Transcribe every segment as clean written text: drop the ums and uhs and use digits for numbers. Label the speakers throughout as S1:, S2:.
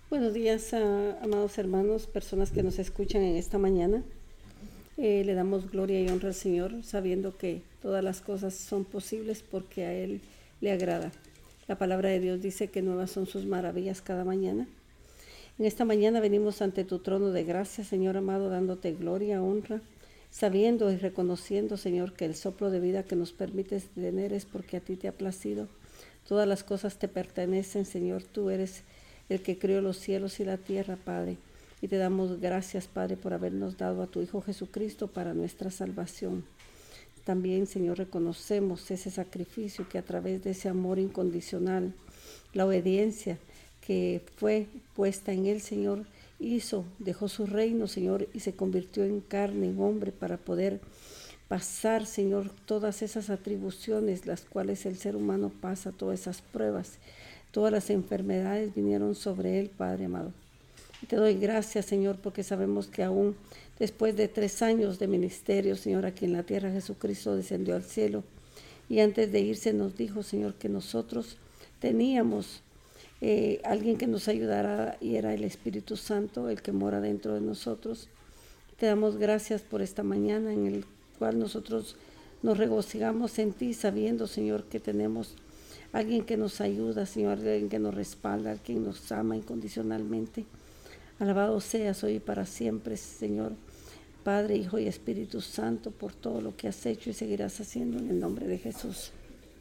S1: Buenos días, amados hermanos, personas que nos escuchan en esta mañana. Le damos gloria y honra al Señor, sabiendo que todas las cosas son posibles porque a Él le agrada. La palabra de Dios dice que nuevas son sus maravillas cada mañana. En esta mañana venimos ante tu trono de gracia, Señor amado, dándote gloria, honra, sabiendo y reconociendo, Señor, que el soplo de vida que nos permites tener es porque a ti te ha placido. Todas las cosas te pertenecen, Señor, tú eres el que creó los cielos y la tierra, Padre. Y te damos gracias, Padre, por habernos dado a tu Hijo Jesucristo para nuestra salvación. También, Señor, reconocemos ese sacrificio que a través de ese amor incondicional, la obediencia que fue puesta en él, Señor, dejó su reino, Señor, y se convirtió en carne, en hombre, para poder pasar, Señor, todas esas atribuciones, las cuales el ser humano pasa, todas esas pruebas. Todas las enfermedades vinieron sobre él, Padre amado. Y te doy gracias, Señor, porque sabemos que aún después de 3 años de ministerio, Señor, aquí en la tierra, Jesucristo descendió al cielo. Y antes de irse nos dijo, Señor, que nosotros teníamos alguien que nos ayudara, y era el Espíritu Santo, el que mora dentro de nosotros. Te damos gracias por esta mañana en el cual nosotros nos regocijamos en ti, sabiendo, Señor, que tenemos alguien que nos ayuda, Señor, alguien que nos respalda, alguien que nos ama incondicionalmente. Alabado seas hoy y para siempre, Señor, Padre, Hijo y Espíritu Santo, por todo lo que has hecho y seguirás haciendo en el nombre de Jesús.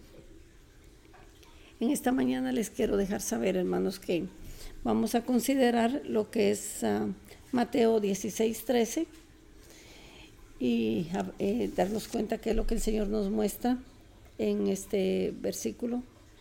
S1: En esta mañana les quiero dejar saber, hermanos, que vamos a considerar lo que es Mateo 16:13 y darnos cuenta qué es lo que el Señor nos muestra en este versículo.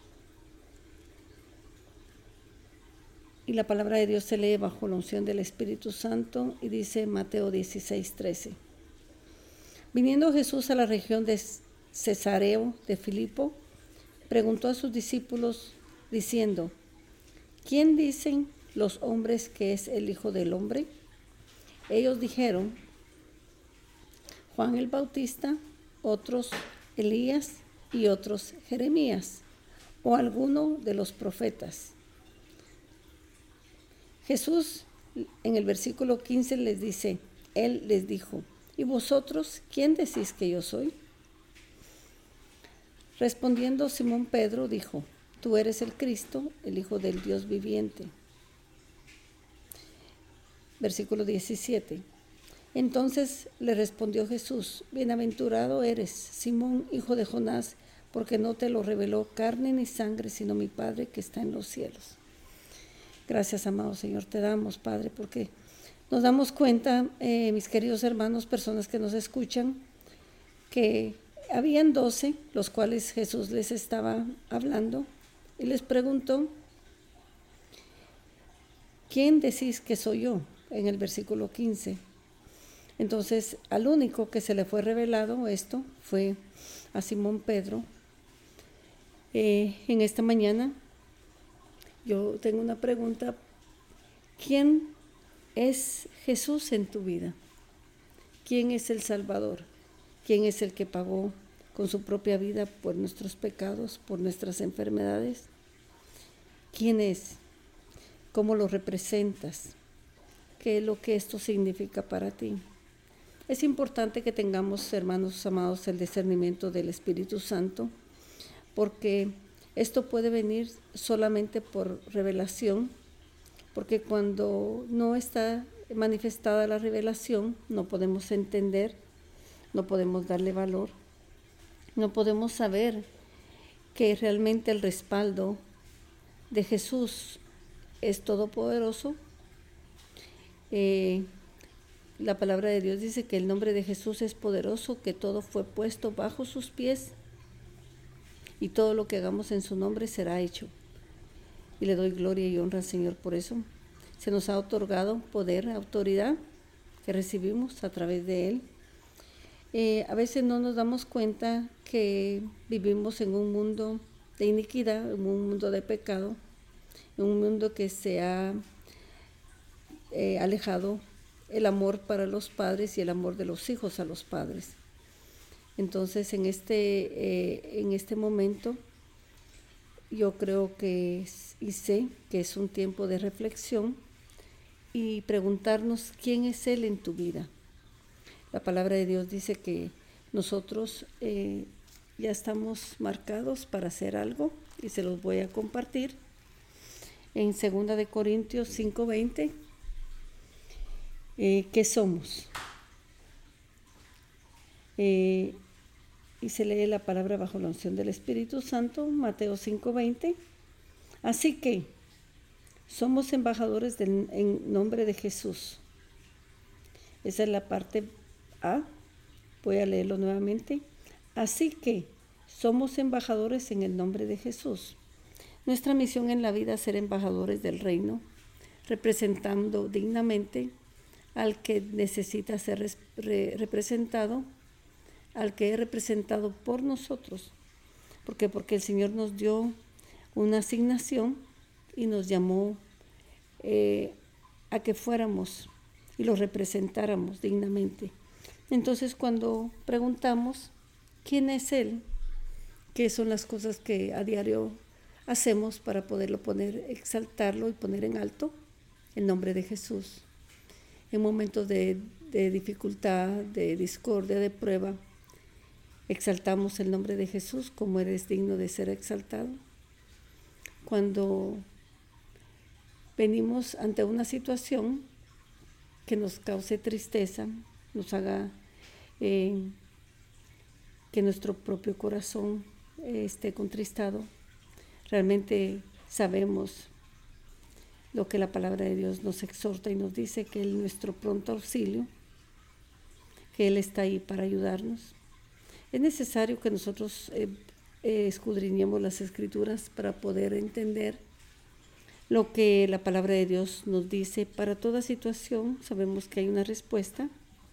S1: Y la palabra de Dios se lee bajo la unción del Espíritu Santo y dice Mateo 16:13. Viniendo Jesús a la región de Cesareo de Filipo, preguntó a sus discípulos diciendo: ¿Quién dicen los hombres que es el Hijo del Hombre? Ellos dijeron: Juan el Bautista, otros Elías y otros Jeremías, o alguno de los profetas. Jesús en el versículo 15 les dice, Él les dijo: ¿Y vosotros quién decís que yo soy? Respondiendo Simón Pedro dijo: Tú eres el Cristo, el Hijo del Dios viviente. Versículo 17. Entonces le respondió Jesús: Bienaventurado eres, Simón, hijo de Jonás, porque no te lo reveló carne ni sangre, sino mi Padre que está en los cielos. Gracias, amado Señor, te damos, Padre, porque nos damos cuenta, mis queridos hermanos, personas que nos escuchan, que habían 12, los cuales Jesús les estaba hablando, y les preguntó: ¿Quién decís que soy yo? En el versículo 15. Entonces, al único que se le fue revelado esto fue a Simón Pedro. En esta mañana yo tengo una pregunta: ¿quién es Jesús en tu vida? ¿Quién es el Salvador? ¿Quién es el que pagó con su propia vida por nuestros pecados, por nuestras enfermedades? ¿Quién es? ¿Cómo lo representas? ¿Qué es lo que esto significa para ti? Es importante que tengamos, hermanos amados, el discernimiento del Espíritu Santo, porque esto puede venir solamente por revelación, porque cuando no está manifestada la revelación, no podemos entender, no podemos darle valor, no podemos saber que realmente el respaldo de Jesús es todopoderoso. La palabra de Dios dice que el nombre de Jesús es poderoso, que todo fue puesto bajo sus pies y todo lo que hagamos en su nombre será hecho. Y le doy gloria y honra al Señor por eso. Se nos ha otorgado poder, autoridad que recibimos a través de Él. A veces no nos damos cuenta que vivimos en un mundo de iniquidad, en un mundo de pecado, en un mundo que se ha alejado el amor para los padres y el amor de los hijos a los padres. Entonces, en este momento yo creo que y sé que es un tiempo de reflexión y preguntarnos quién es Él en tu vida. La palabra de Dios dice que nosotros ya estamos marcados para hacer algo y se los voy a compartir. En 2 de Corintios 5:20, ¿qué somos? Y se lee la palabra bajo la unción del Espíritu Santo, Mateo 5:20. Así que somos embajadores en nombre de Jesús. Esa es la parte A. Voy a leerlo nuevamente. Así que somos embajadores en el nombre de Jesús. Nuestra misión en la vida es ser embajadores del reino, representando dignamente al que necesita ser representado, al que es representado por nosotros. ¿Por qué? Porque el Señor nos dio una asignación y nos llamó a que fuéramos y lo representáramos dignamente. Entonces, cuando preguntamos quién es Él, qué son las cosas que a diario hacemos para poderlo exaltarlo y poner en alto, el nombre de Jesús. En momentos de dificultad, de discordia, de prueba, exaltamos el nombre de Jesús como eres digno de ser exaltado. Cuando venimos ante una situación que nos cause tristeza, nos haga que nuestro propio corazón esté contristado, realmente sabemos lo que la palabra de Dios nos exhorta y nos dice, que Él es nuestro pronto auxilio, que Él está ahí para ayudarnos. Es necesario que nosotros escudriñemos las Escrituras para poder entender lo que la palabra de Dios nos dice. Para toda situación sabemos que hay una respuesta,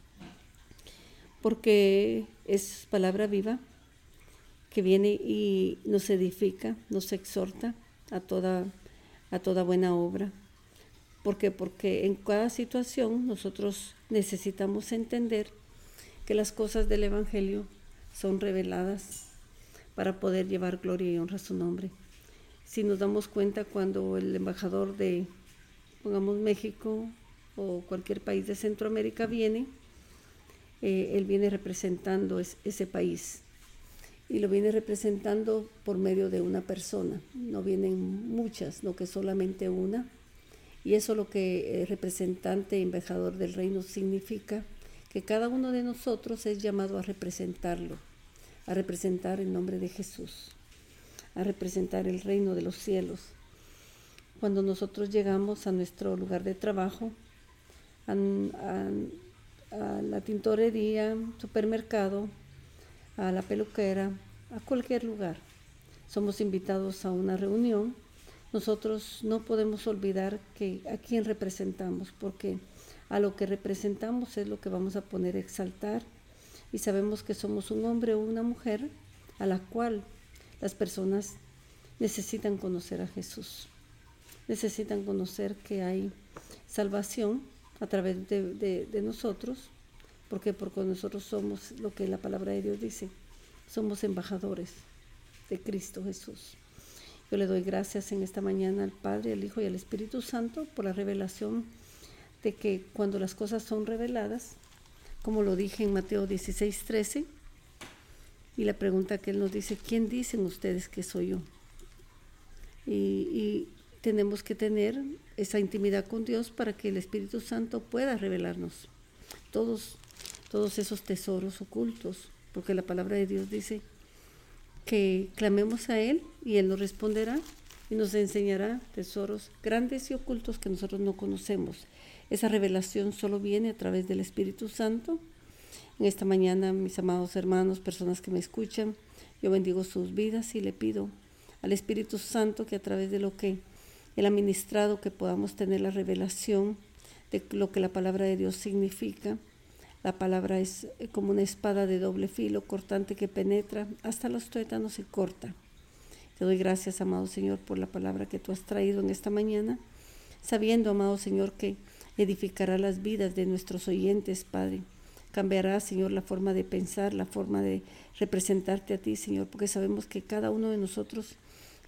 S1: porque es palabra viva que viene y nos edifica, nos exhorta a toda buena obra. ¿Por qué? Porque en cada situación nosotros necesitamos entender que las cosas del Evangelio son reveladas para poder llevar gloria y honra a su nombre. Si nos damos cuenta, cuando el embajador de, pongamos, México o cualquier país de Centroamérica viene, él viene representando ese país, y lo viene representando por medio de una persona. No vienen muchas, no que solamente una. Y eso lo que representante, embajador del reino significa, que cada uno de nosotros es llamado a representarlo, a representar el nombre de Jesús, a representar el reino de los cielos. Cuando nosotros llegamos a nuestro lugar de trabajo, a la tintorería, supermercado, a la peluquera, a cualquier lugar, somos invitados a una reunión, nosotros no podemos olvidar a quién representamos, porque a lo que representamos es lo que vamos a poner a exaltar, y sabemos que somos un hombre o una mujer a la cual las personas necesitan conocer a Jesús, necesitan conocer que hay salvación a través de nosotros, porque nosotros somos lo que la palabra de Dios dice, somos embajadores de Cristo Jesús. Yo le doy gracias en esta mañana al Padre, al Hijo y al Espíritu Santo por la revelación de que cuando las cosas son reveladas, como lo dije en Mateo 16:13, y la pregunta que Él nos dice, ¿quién dicen ustedes que soy yo? Y tenemos que tener esa intimidad con Dios para que el Espíritu Santo pueda revelarnos todos esos tesoros ocultos, porque la palabra de Dios dice que clamemos a Él y Él nos responderá y nos enseñará tesoros grandes y ocultos que nosotros no conocemos. Esa revelación solo viene a través del Espíritu Santo. En esta mañana, mis amados hermanos, personas que me escuchan, yo bendigo sus vidas y le pido al Espíritu Santo que a través de lo que Él ha ministrado, que podamos tener la revelación de lo que la palabra de Dios significa. La palabra es como una espada de doble filo, cortante, que penetra hasta los tuétanos y corta. Te doy gracias, amado Señor, por la palabra que tú has traído en esta mañana, sabiendo, amado Señor, que edificará las vidas de nuestros oyentes, Padre. Cambiará, Señor, la forma de pensar, la forma de representarte a ti, Señor, porque sabemos que cada uno de nosotros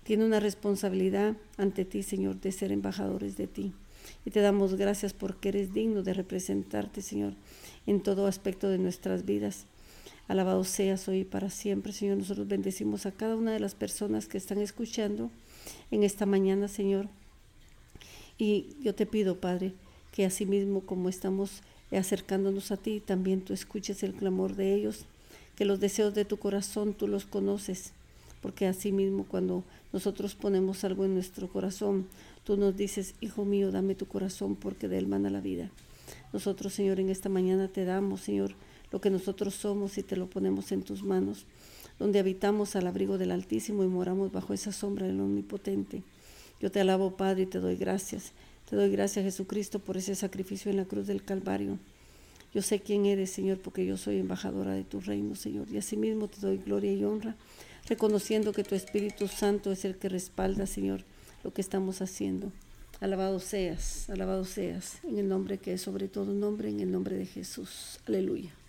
S1: tiene una responsabilidad ante ti, Señor, de ser embajadores de ti. Y te damos gracias porque eres digno de representarte, Señor, en todo aspecto de nuestras vidas. Alabado seas hoy y para siempre, Señor. Nosotros bendecimos a cada una de las personas que están escuchando en esta mañana, Señor. Y yo te pido, Padre, que así mismo como estamos acercándonos a ti, también tú escuches el clamor de ellos, que los deseos de tu corazón tú los conoces, porque así mismo cuando nosotros ponemos algo en nuestro corazón, tú nos dices, hijo mío, dame tu corazón porque de él mana la vida. Nosotros, Señor, en esta mañana te damos, Señor, lo que nosotros somos y te lo ponemos en tus manos, donde habitamos al abrigo del Altísimo y moramos bajo esa sombra del Omnipotente. Yo te alabo, Padre, y te doy gracias. Te doy gracias, Jesucristo, por ese sacrificio en la cruz del Calvario. Yo sé quién eres, Señor, porque yo soy embajadora de tu reino, Señor. Y asimismo te doy gloria y honra, reconociendo que tu Espíritu Santo es el que respalda, Señor, lo que estamos haciendo. Alabado seas, en el nombre que es sobre todo nombre, en el nombre de Jesús. Aleluya.